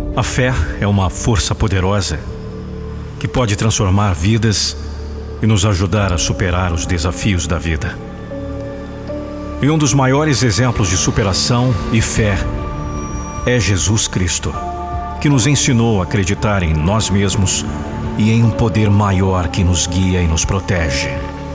A fé é uma força poderosa que pode transformar vidas e nos ajudar a superar os desafios da vida. E um dos maiores exemplos de superação e fé é Jesus Cristo, que nos ensinou a acreditar em nós mesmos e em um poder maior que nos guia e nos protege.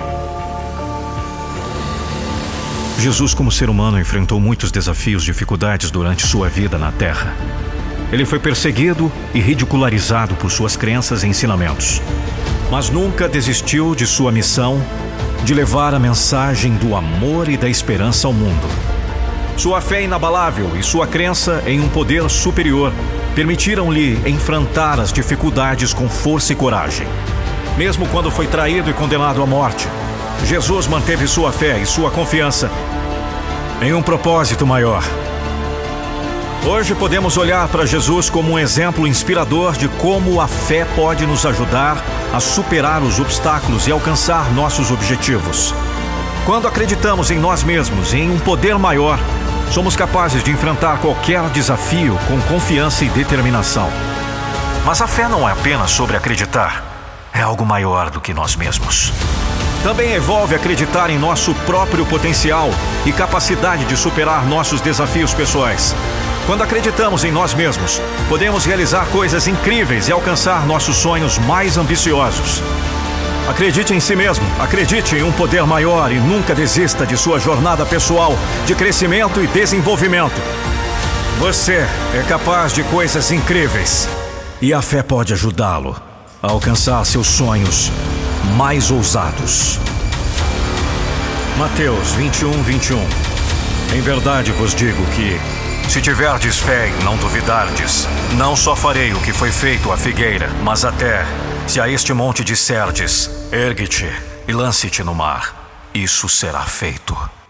Jesus, como ser humano, enfrentou muitos desafios e dificuldades durante sua vida na Terra. Ele foi perseguido e ridicularizado por suas crenças e ensinamentos, mas nunca desistiu de sua missão de levar a mensagem do amor e da esperança ao mundo. Sua fé inabalável e sua crença em um poder superior permitiram-lhe enfrentar as dificuldades com força e coragem. Mesmo quando foi traído e condenado à morte, Jesus manteve sua fé e sua confiança em um propósito maior. Hoje podemos olhar para Jesus como um exemplo inspirador de como a fé pode nos ajudar a superar os obstáculos e alcançar nossos objetivos. Quando acreditamos em nós mesmos e em um poder maior, somos capazes de enfrentar qualquer desafio com confiança e determinação. Mas a fé não é apenas sobre acreditar, é algo maior do que nós mesmos. Também envolve acreditar em nosso próprio potencial e capacidade de superar nossos desafios pessoais. Quando acreditamos em nós mesmos, podemos realizar coisas incríveis e alcançar nossos sonhos mais ambiciosos. Acredite em si mesmo, acredite em um poder maior e nunca desista de sua jornada pessoal de crescimento e desenvolvimento. Você é capaz de coisas incríveis e a fé pode ajudá-lo a alcançar seus sonhos mais ousados. Mateus 21:21. Em verdade vos digo que, se tiverdes fé e não duvidardes, não só farei o que foi feito à figueira, mas até, se a este monte disserdes, ergue-te e lance-te no mar, isso será feito.